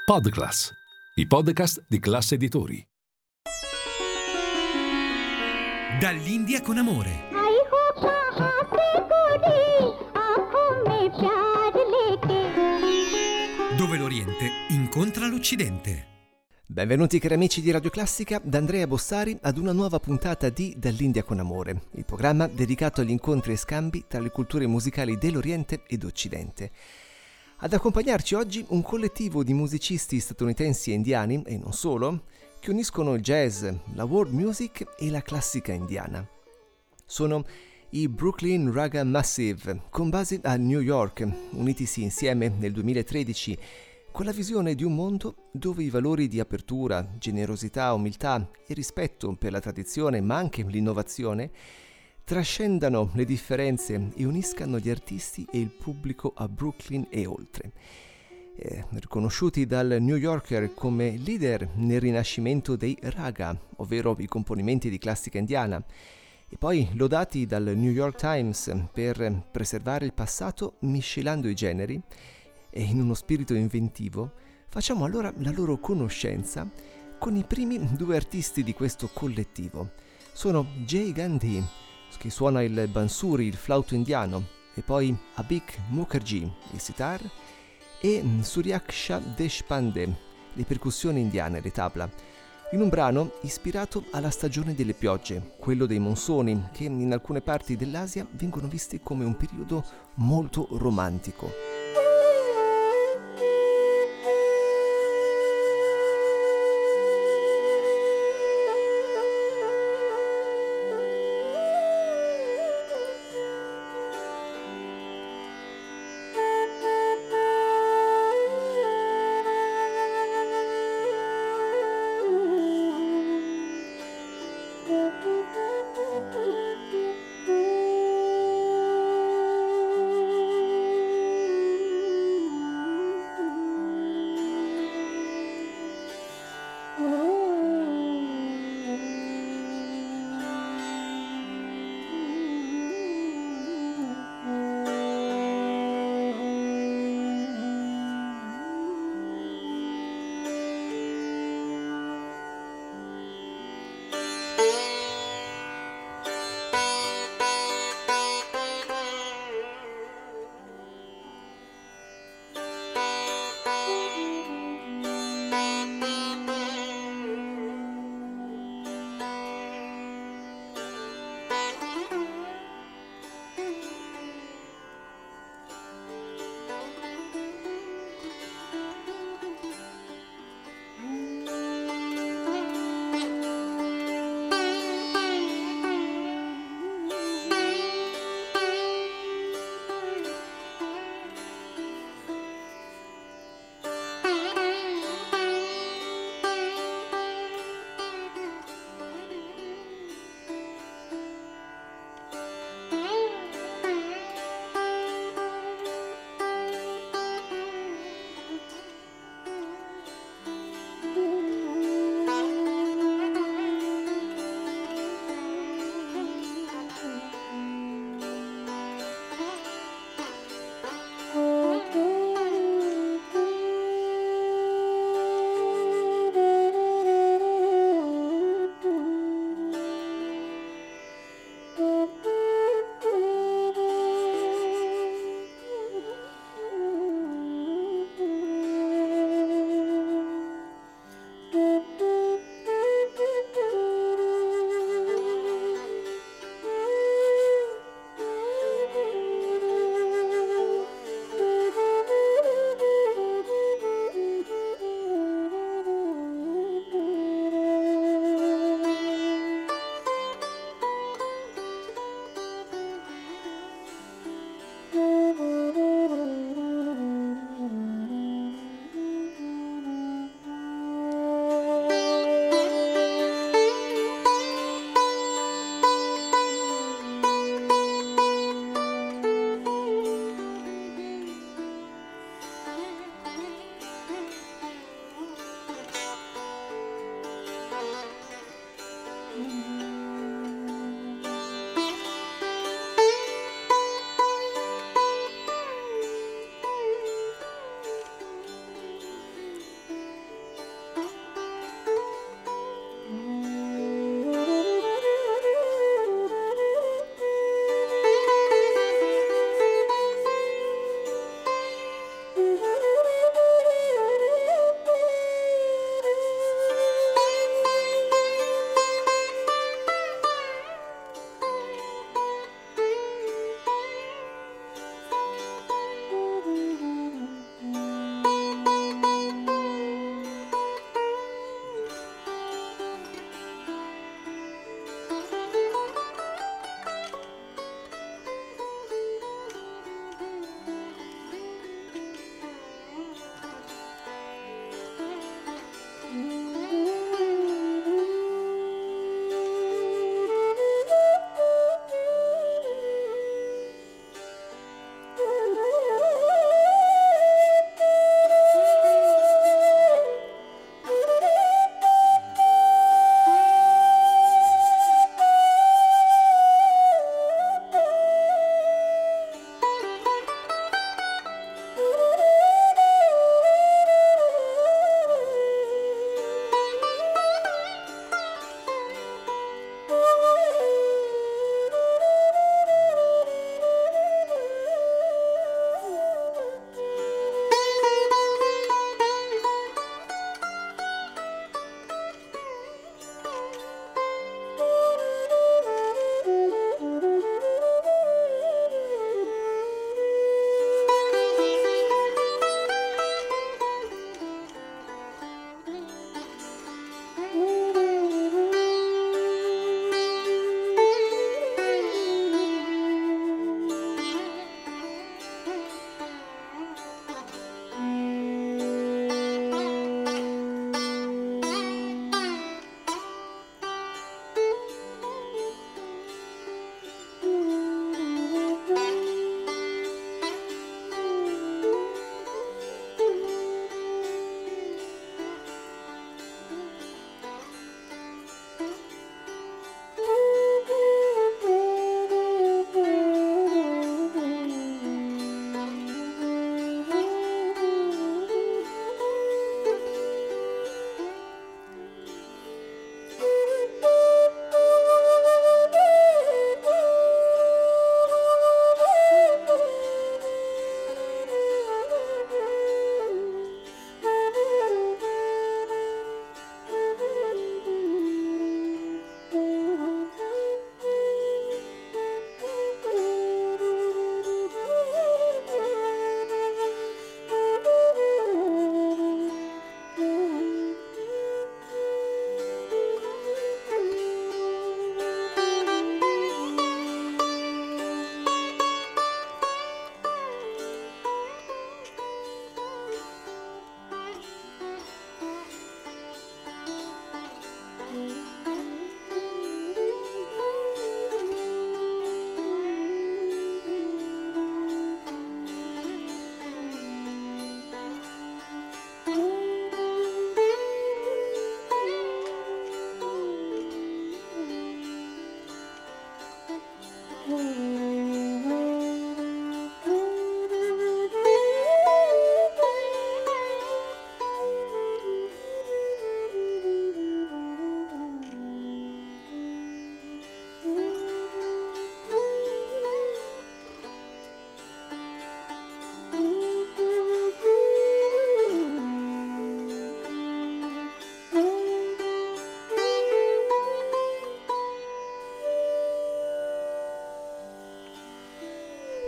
Podclass, i podcast di Class Editori. Dall'India con amore. Dove l'Oriente incontra l'Occidente. Benvenuti cari amici di Radio Classica, da Andrea Bossari ad una nuova puntata di Dall'India con amore, il programma dedicato agli incontri e scambi tra le culture musicali dell'Oriente ed Occidente. Ad accompagnarci oggi un collettivo di musicisti statunitensi e indiani, e non solo, che uniscono il jazz, la world music e la classica indiana. Sono i Brooklyn Raga Massive, con base a New York, unitisi insieme nel 2013 con la visione di un mondo dove i valori di apertura, generosità, umiltà e rispetto per la tradizione, ma anche l'innovazione, trascendano le differenze e uniscano gli artisti e il pubblico a Brooklyn e oltre. Riconosciuti dal New Yorker come leader nel rinascimento dei raga, ovvero i componimenti di classica indiana, e poi lodati dal New York Times per preservare il passato miscelando i generi, e in uno spirito inventivo, facciamo allora la loro conoscenza con i primi due artisti di questo collettivo. Sono Jay Gandhi, che suona il bansuri, il flauto indiano, e poi Abhik Mukherjee, il sitar, e Suryaksha Deshpande, le percussioni indiane, le tabla, in un brano ispirato alla stagione delle piogge, quello dei monsoni, che in alcune parti dell'Asia vengono visti come un periodo molto romantico. Thank you.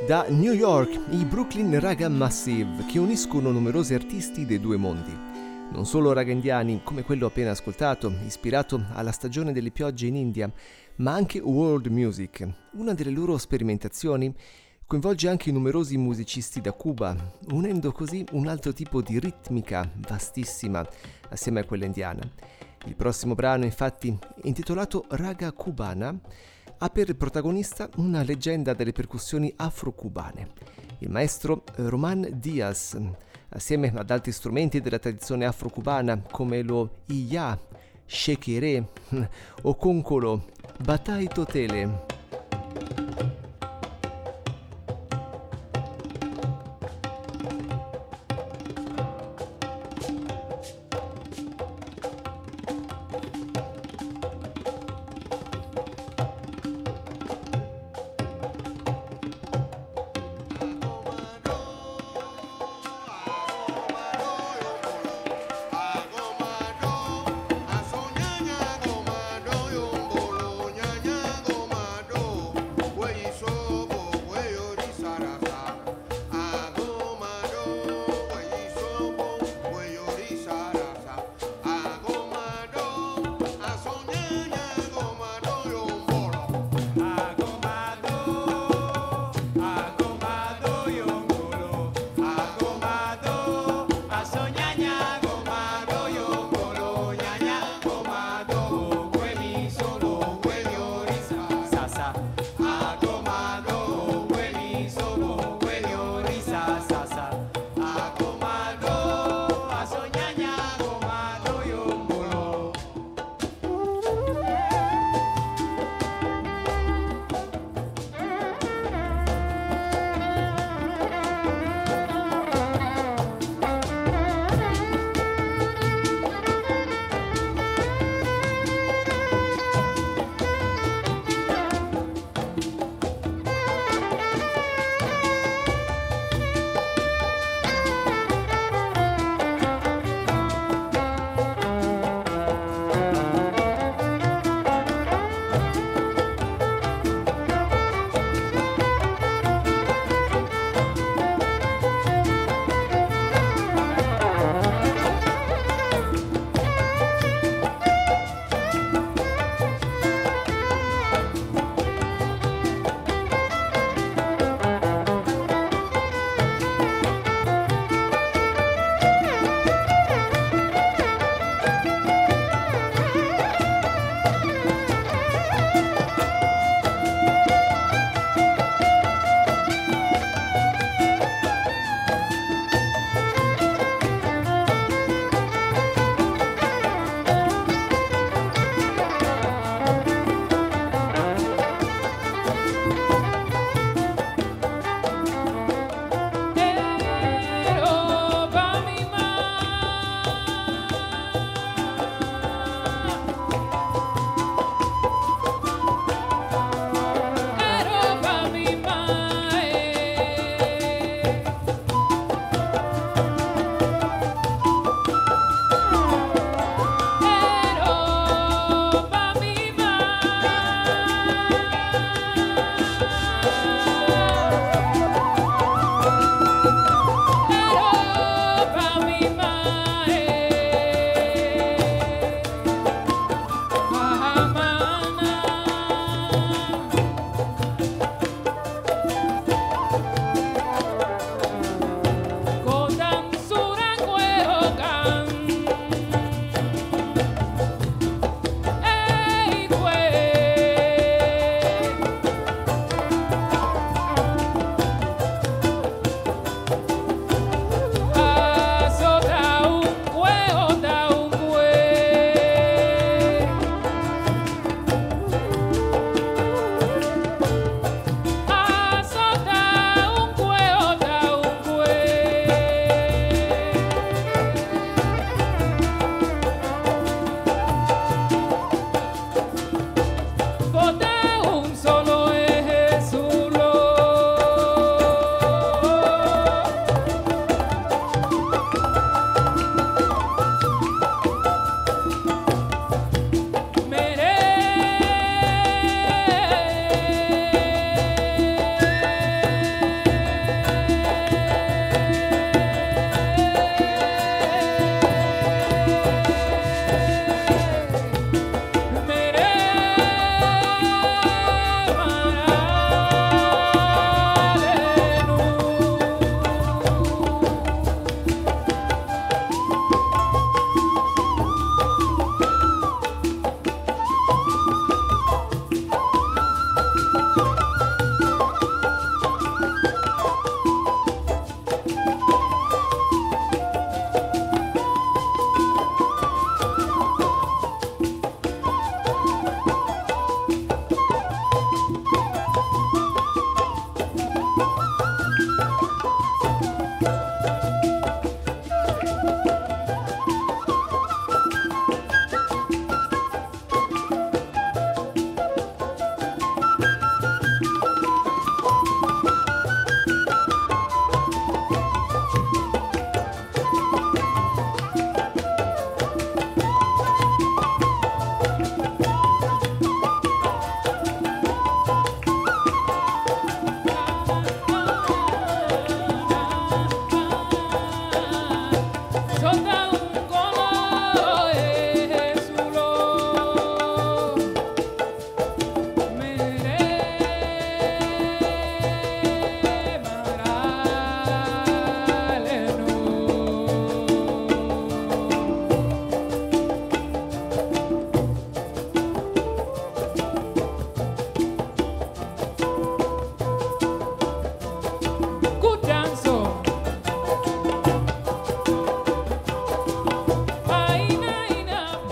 Da New York, i Brooklyn Raga Massive, che uniscono numerosi artisti dei due mondi. Non solo raga indiani, come quello appena ascoltato, ispirato alla stagione delle piogge in India, ma anche world music. Una delle loro sperimentazioni coinvolge anche numerosi musicisti da Cuba, unendo così un altro tipo di ritmica vastissima assieme a quella indiana. Il prossimo brano, infatti, intitolato Raga Cubana, ha per protagonista una leggenda delle percussioni afro-cubane, il maestro Román Díaz, assieme ad altri strumenti della tradizione afro-cubana come lo iya, shekere o concolo, batai totele. Well,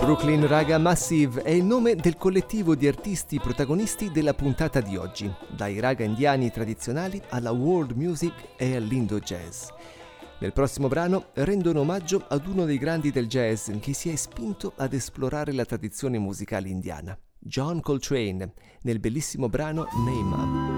Brooklyn Raga Massive è il nome del collettivo di artisti protagonisti della puntata di oggi, dai raga indiani tradizionali alla world music e all'indo jazz. Nel prossimo brano rendono omaggio ad uno dei grandi del jazz che si è spinto ad esplorare la tradizione musicale indiana, John Coltrane, nel bellissimo brano Name Up.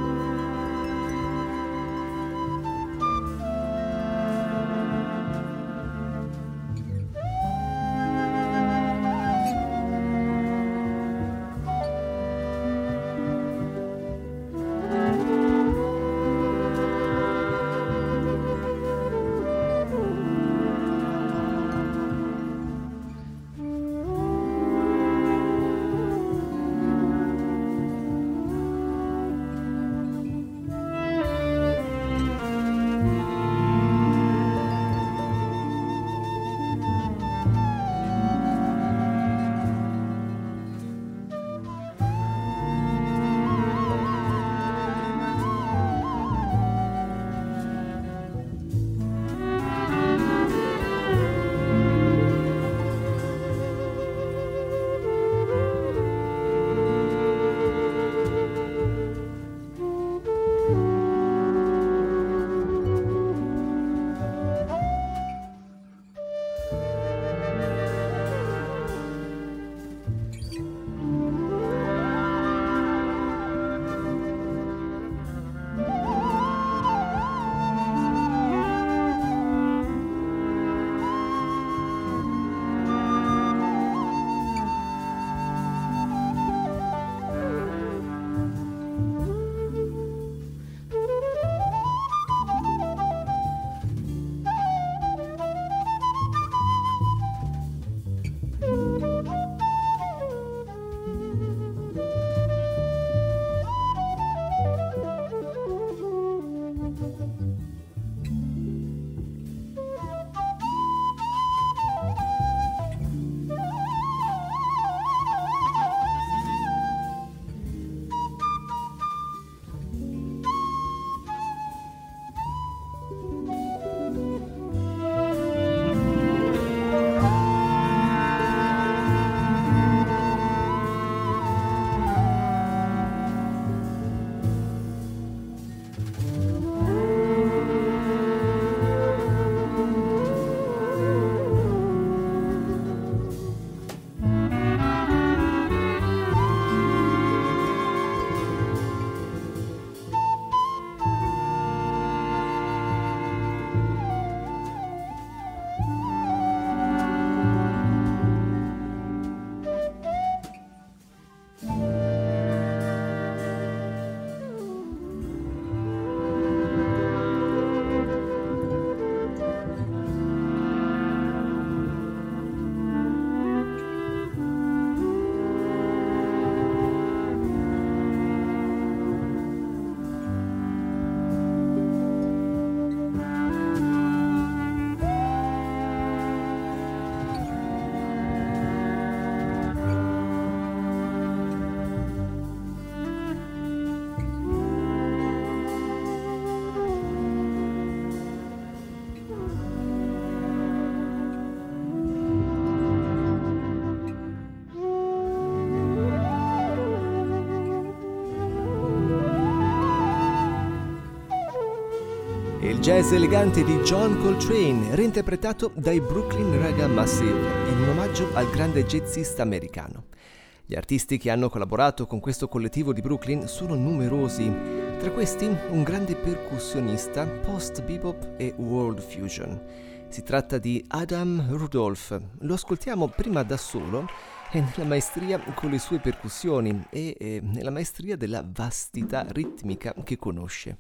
Il jazz elegante di John Coltrane, reinterpretato dai Brooklyn Raga Massive, in un omaggio al grande jazzista americano. Gli artisti che hanno collaborato con questo collettivo di Brooklyn sono numerosi, tra questi un grande percussionista post-bebop e world fusion. Si tratta di Adam Rudolph, lo ascoltiamo prima da solo e nella maestria con le sue percussioni e nella maestria della vastità ritmica che conosce.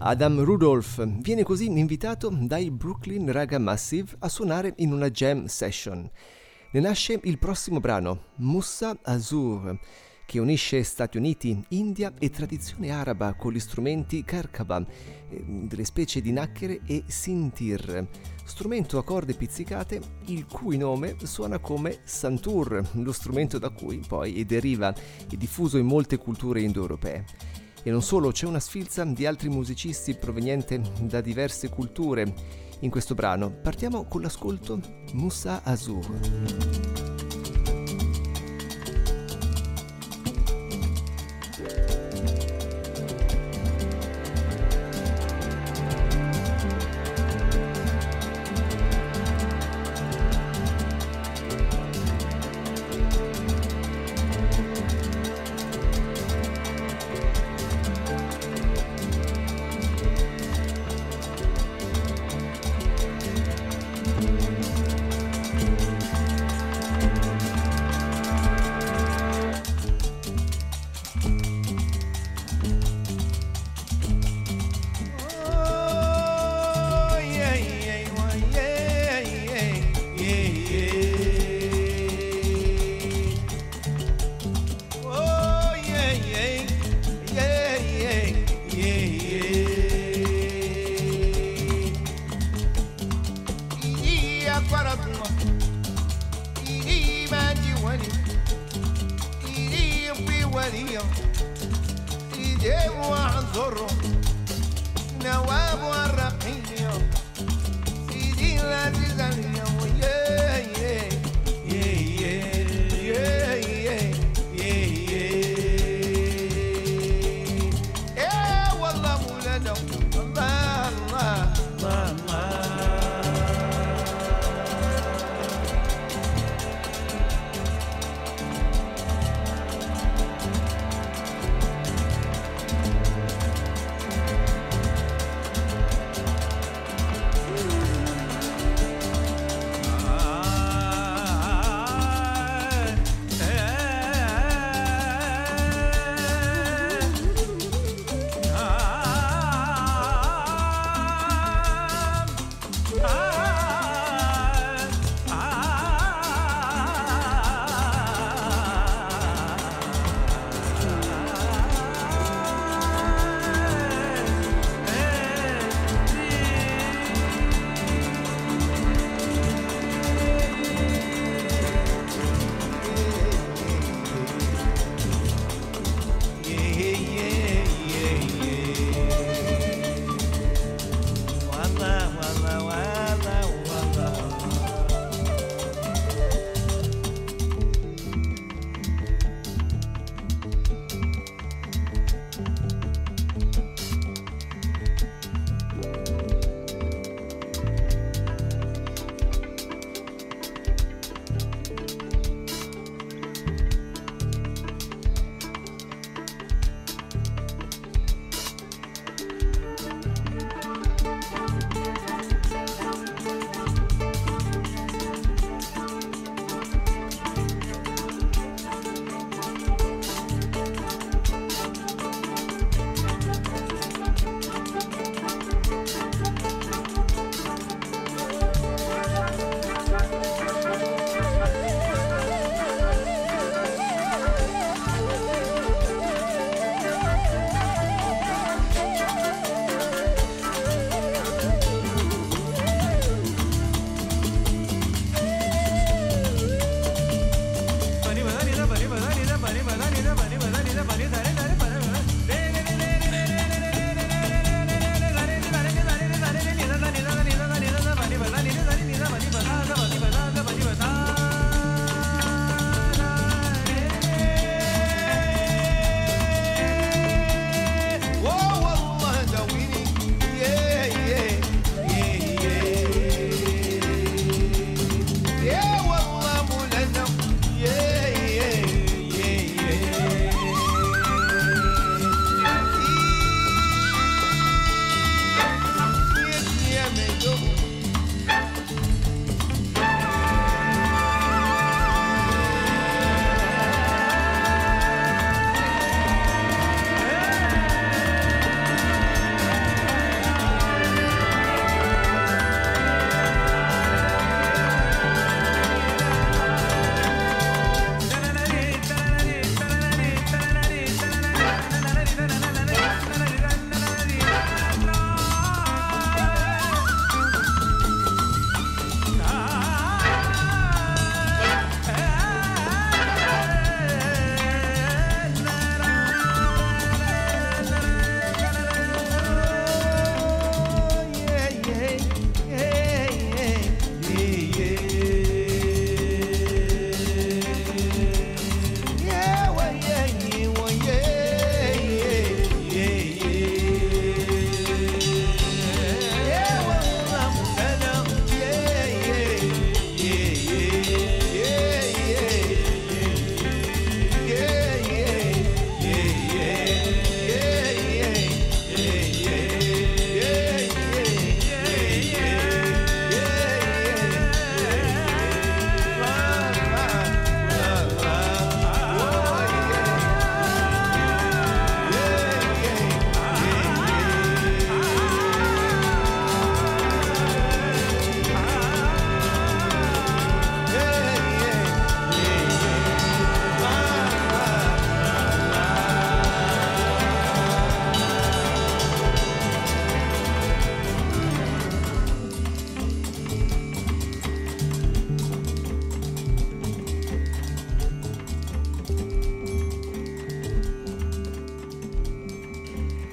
Adam Rudolph viene così invitato dai Brooklyn Raga Massive a suonare in una jam session. Ne nasce il prossimo brano, Musa Azur, che unisce Stati Uniti, India e tradizione araba con gli strumenti karkaba, delle specie di nacchere e sintir, strumento a corde pizzicate il cui nome suona come santur, lo strumento da cui poi deriva e diffuso in molte culture indoeuropee. E non solo, c'è una sfilza di altri musicisti provenienti da diverse culture in questo brano. Partiamo con l'ascolto Musa Azur.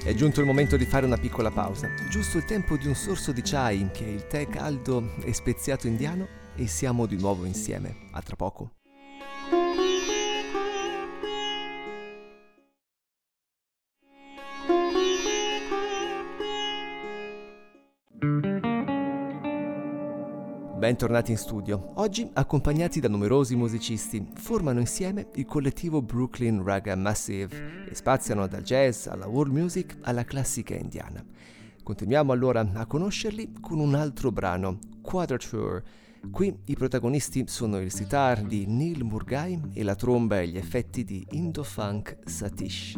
È giunto il momento di fare una piccola pausa, giusto il tempo di un sorso di chai, che è il tè caldo e speziato indiano, e siamo di nuovo insieme. A tra poco. Bentornati in studio. Oggi, accompagnati da numerosi musicisti, formano insieme il collettivo Brooklyn Raga Massive e spaziano dal jazz alla world music alla classica indiana. Continuiamo allora a conoscerli con un altro brano, Quadrature. Qui i protagonisti sono il sitar di Neil Murgai e la tromba e gli effetti di Indo-Funk Satish.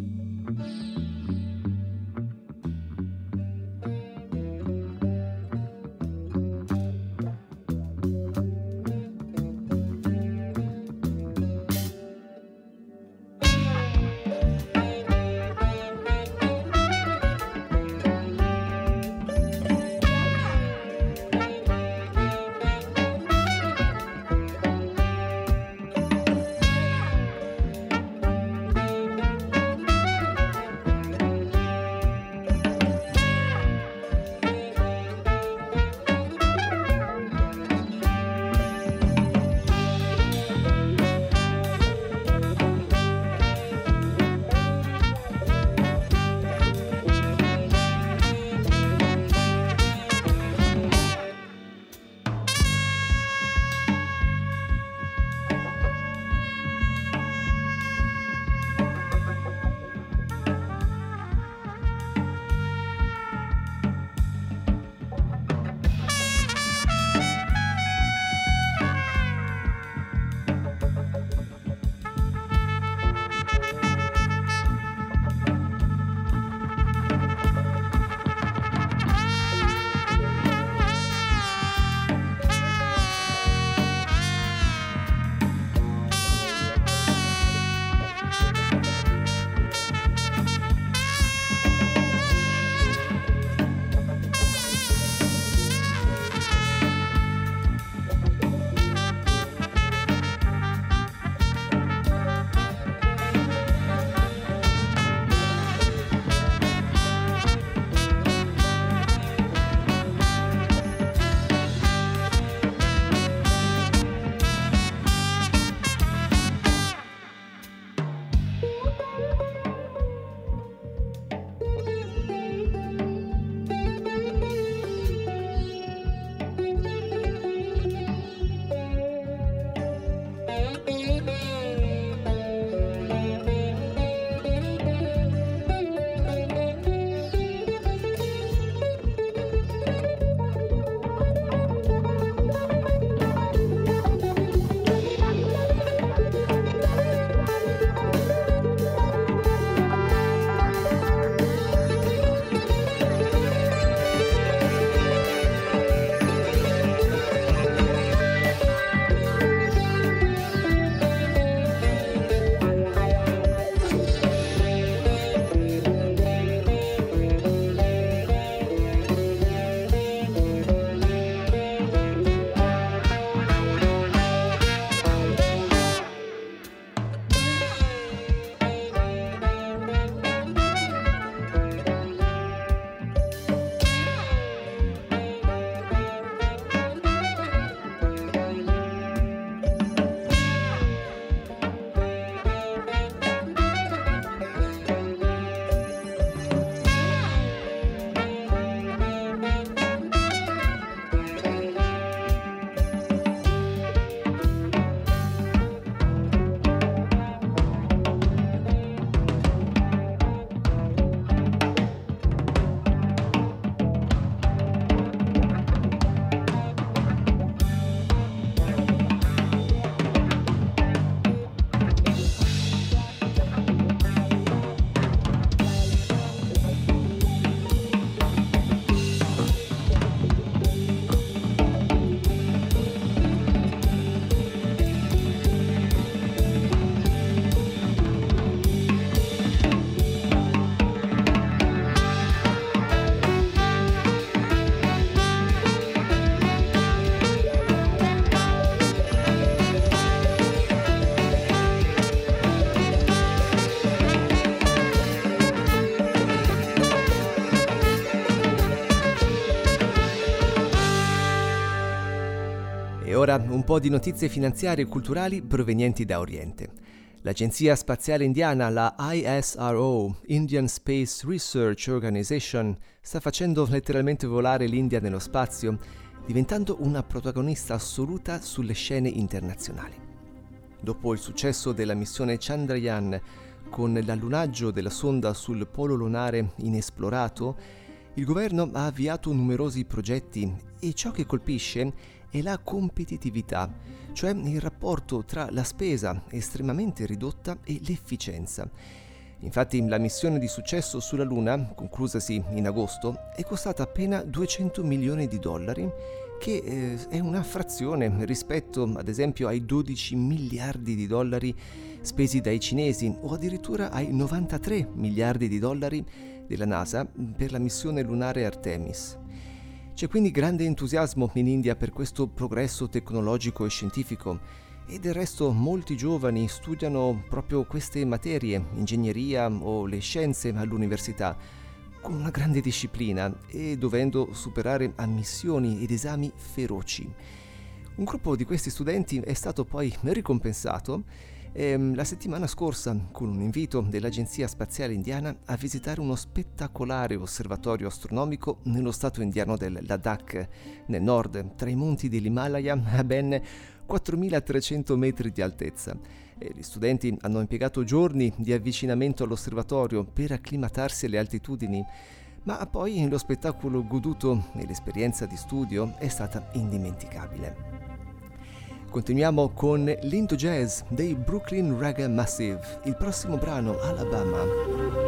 ora un po' di notizie finanziarie e culturali provenienti da Oriente. L'Agenzia Spaziale Indiana, la ISRO, Indian Space Research Organization, sta facendo letteralmente volare l'India nello spazio, diventando una protagonista assoluta sulle scene internazionali. Dopo il successo della missione Chandrayaan, con l'allunaggio della sonda sul polo lunare inesplorato, il governo ha avviato numerosi progetti e ciò che colpisce è la competitività, cioè il rapporto tra la spesa estremamente ridotta e l'efficienza. Infatti la missione di successo sulla Luna, conclusasi in agosto, è costata appena $200 milioni, che è una frazione rispetto ad esempio ai $12 miliardi spesi dai cinesi o addirittura ai $93 miliardi della NASA per la missione lunare Artemis. C'è quindi grande entusiasmo in India per questo progresso tecnologico e scientifico e del resto molti giovani studiano proprio queste materie, ingegneria o le scienze all'università, con una grande disciplina e dovendo superare ammissioni ed esami feroci. Un gruppo di questi studenti è stato poi ricompensato la settimana scorsa con un invito dell'Agenzia Spaziale Indiana a visitare uno spettacolare osservatorio astronomico nello stato indiano del Ladakh, nel nord, tra i monti dell'Himalaya a ben 4.300 metri di altezza. Gli studenti hanno impiegato giorni di avvicinamento all'osservatorio per acclimatarsi alle altitudini, ma poi lo spettacolo goduto e l'esperienza di studio è stata indimenticabile. Continuiamo con l'Indo Jazz dei Brooklyn Reggae Massive, il prossimo brano Alabama.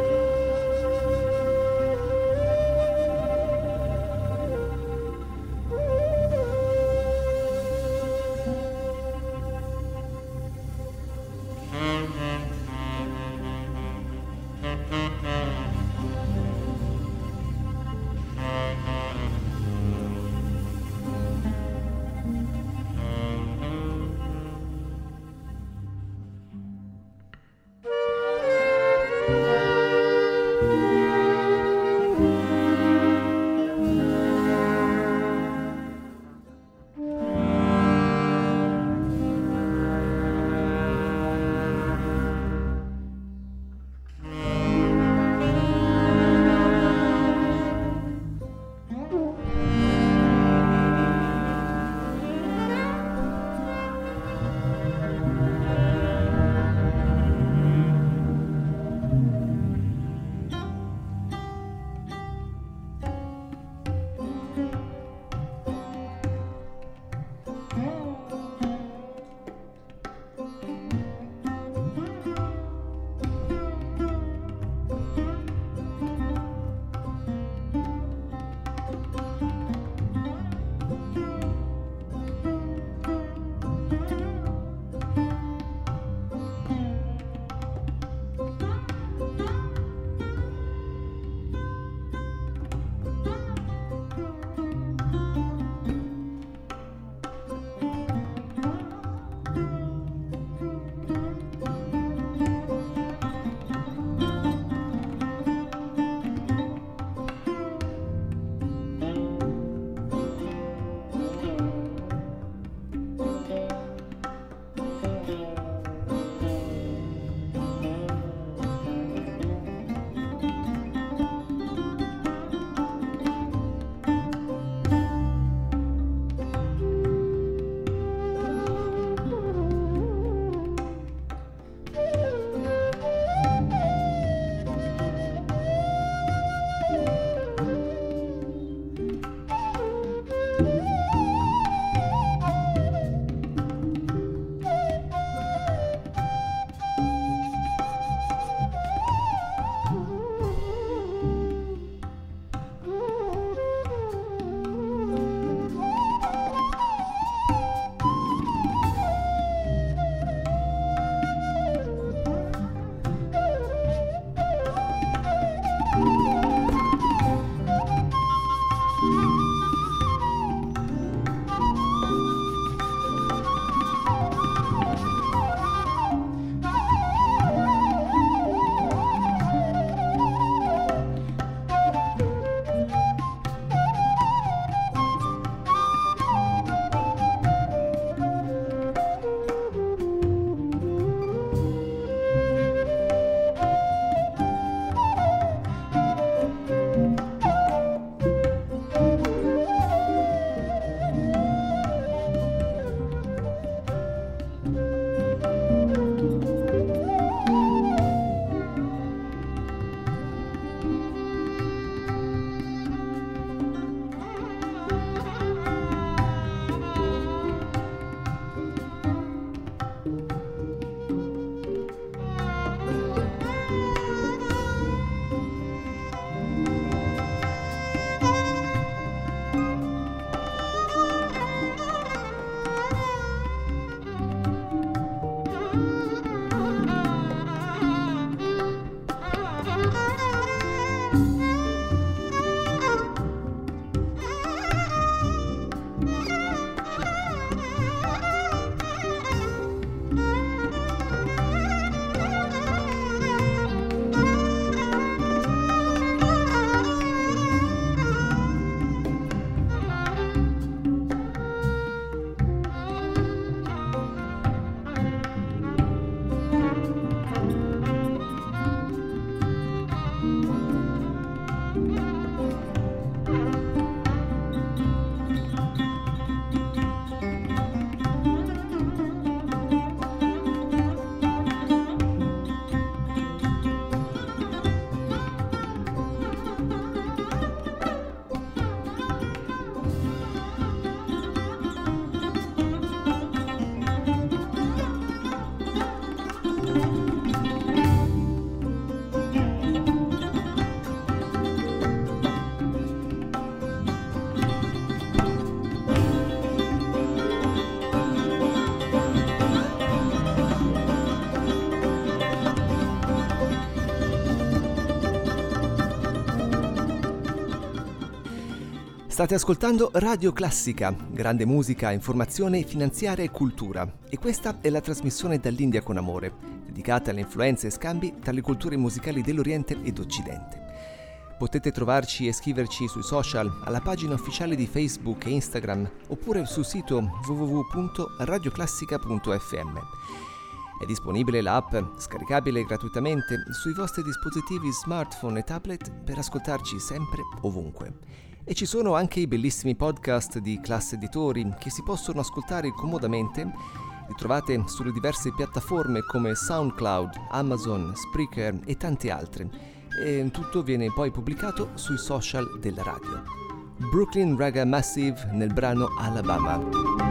State ascoltando Radio Classica, grande musica, informazione finanziaria e cultura. E questa è la trasmissione Dall'India con amore, dedicata alle influenze e scambi tra le culture musicali dell'Oriente ed Occidente. Potete trovarci e scriverci sui social, alla pagina ufficiale di Facebook e Instagram, oppure sul sito www.radioclassica.fm. È disponibile l'app, scaricabile gratuitamente, sui vostri dispositivi smartphone e tablet per ascoltarci sempre, ovunque. E ci sono anche i bellissimi podcast di Classe Editori che si possono ascoltare comodamente. Li trovate sulle diverse piattaforme come SoundCloud, Amazon, Spreaker e tante altre. E tutto viene poi pubblicato sui social della radio. Brooklyn Raga Massive nel brano Alabama.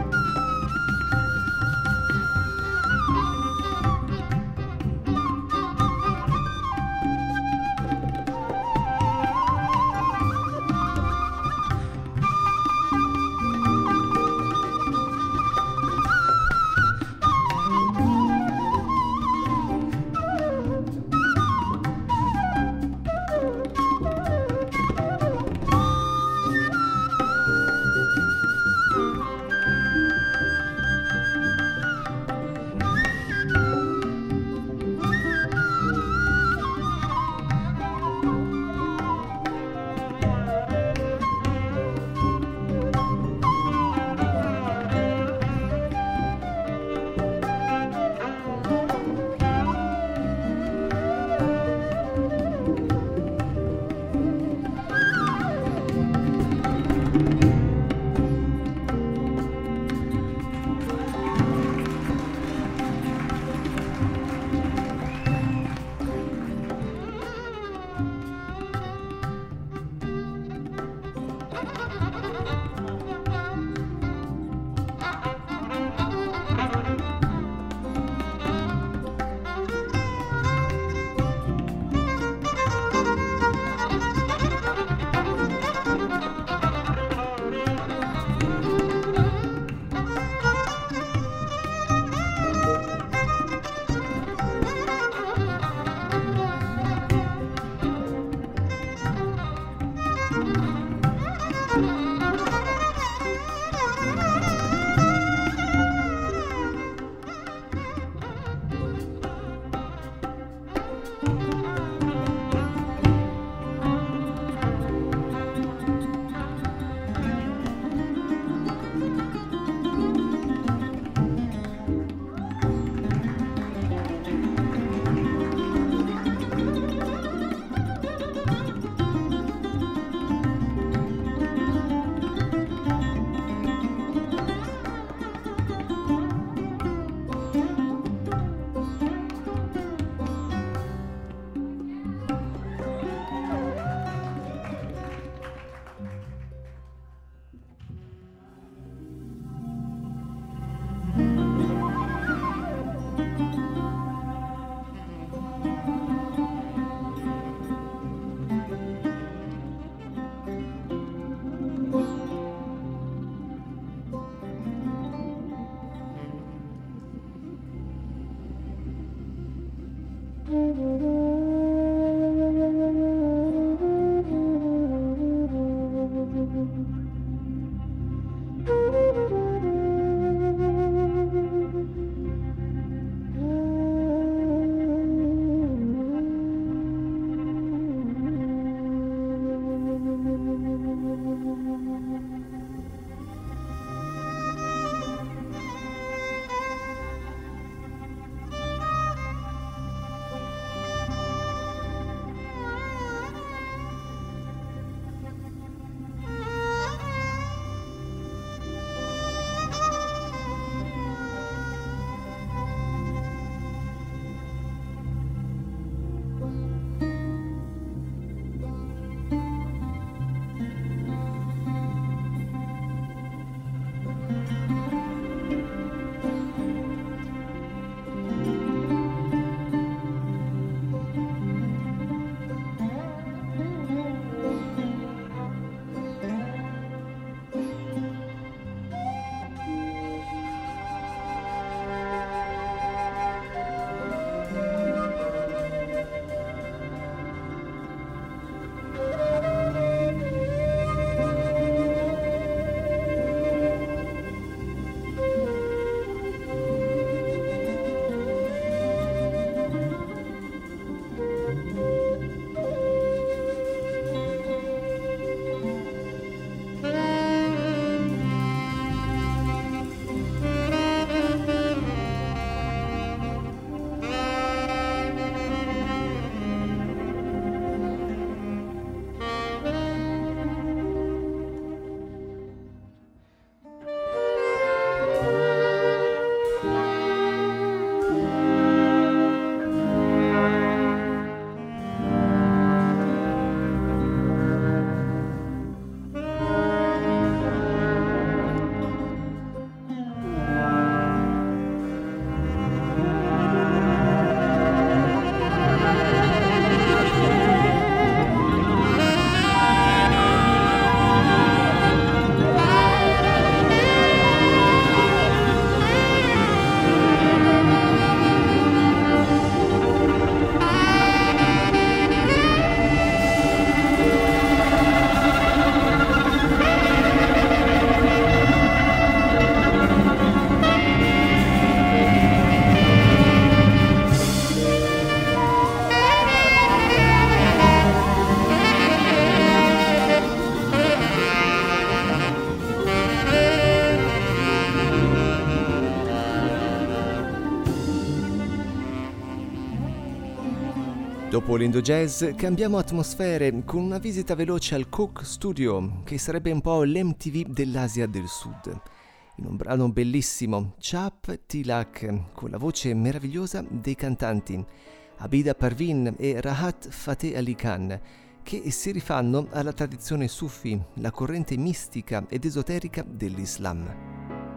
Dopo l'Indo Jazz cambiamo atmosfere con una visita veloce al Coke Studio, che sarebbe un po' l'MTV dell'Asia del Sud. In un brano bellissimo, Chap Tilak, con la voce meravigliosa dei cantanti Abida Parveen e Rahat Fateh Ali Khan, che si rifanno alla tradizione Sufi, la corrente mistica ed esoterica dell'Islam.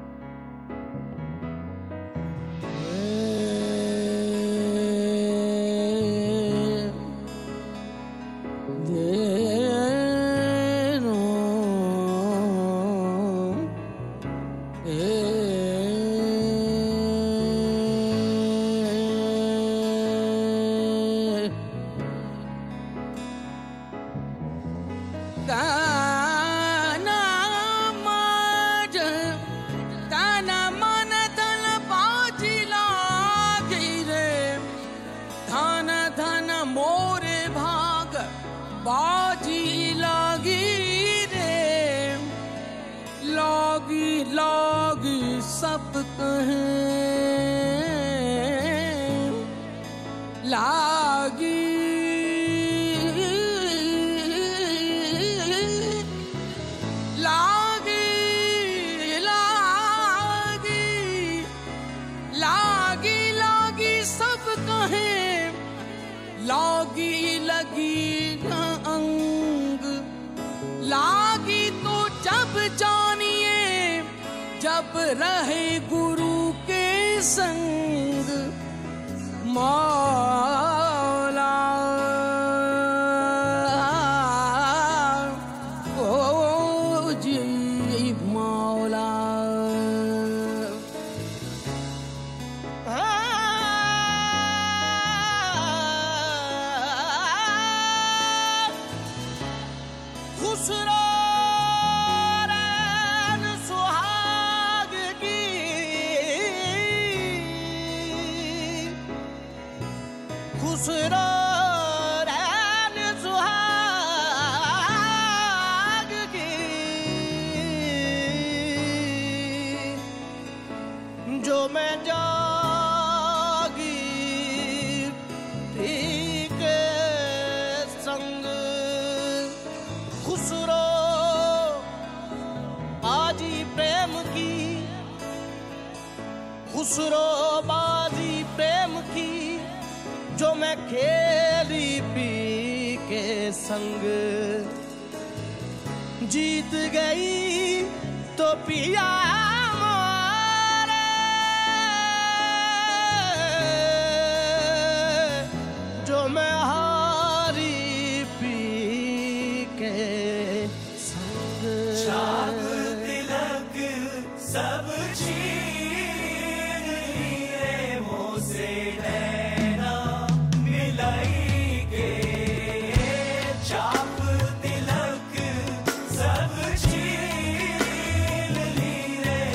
सब कहें लागी लागी लागी लागी लागी सब कहें लागी लगी न अंग लागी तो जब जानिए जब रहे गुरु के संग मौला ओ जी मौला खुसरो खुसरो रैन सुहाग की जो मैं जागी ठीक संग खुसरो बाजी प्रेम की खुसरो बाजी प्रेम की जो मैं खेली पी के संग जीत गई तो पिया मोरे जो मैं हारी पी के संग चाप तिलक सब छीन लिए मुँह से चाप तिलक सब छीन लिए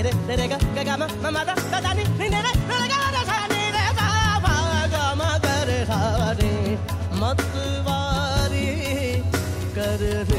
re re ga ga ga ma ma da da ni ni re re ga da sa ni re sa ma ga ma ga re sa ni matwari kar re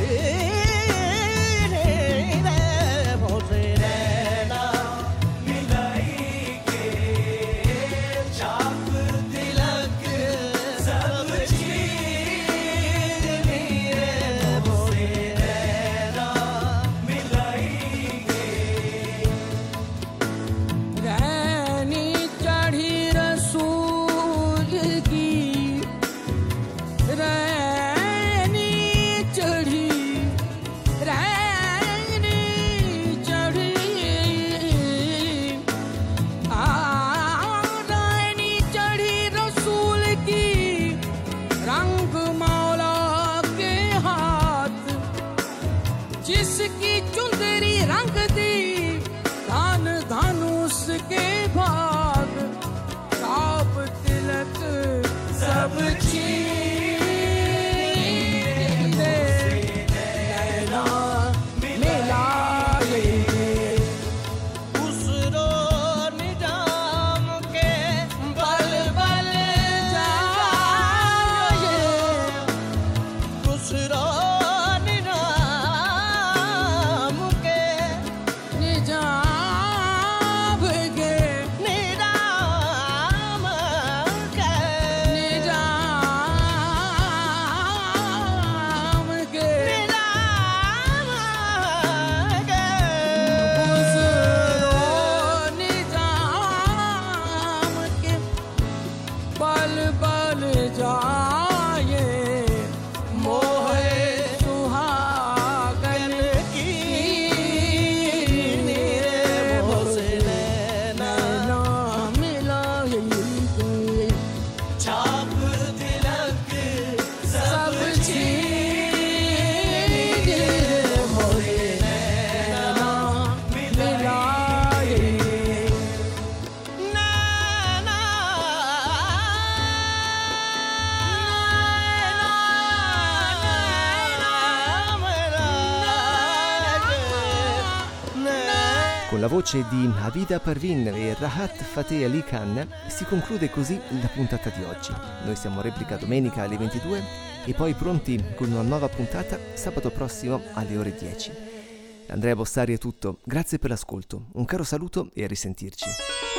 Con la voce di Avida Parvin e Rahat Fateh Ali Khan si conclude così la puntata di oggi. Noi siamo replica domenica alle 22 e poi pronti con una nuova puntata sabato prossimo alle ore 10. Da Andrea Bossari è tutto, grazie per l'ascolto, un caro saluto e a risentirci.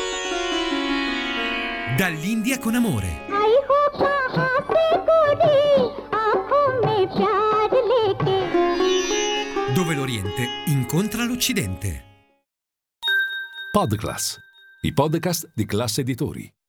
Dall'India con amore. Dove l'Oriente incontra l'Occidente. Podclass, i podcast di Classe Editori.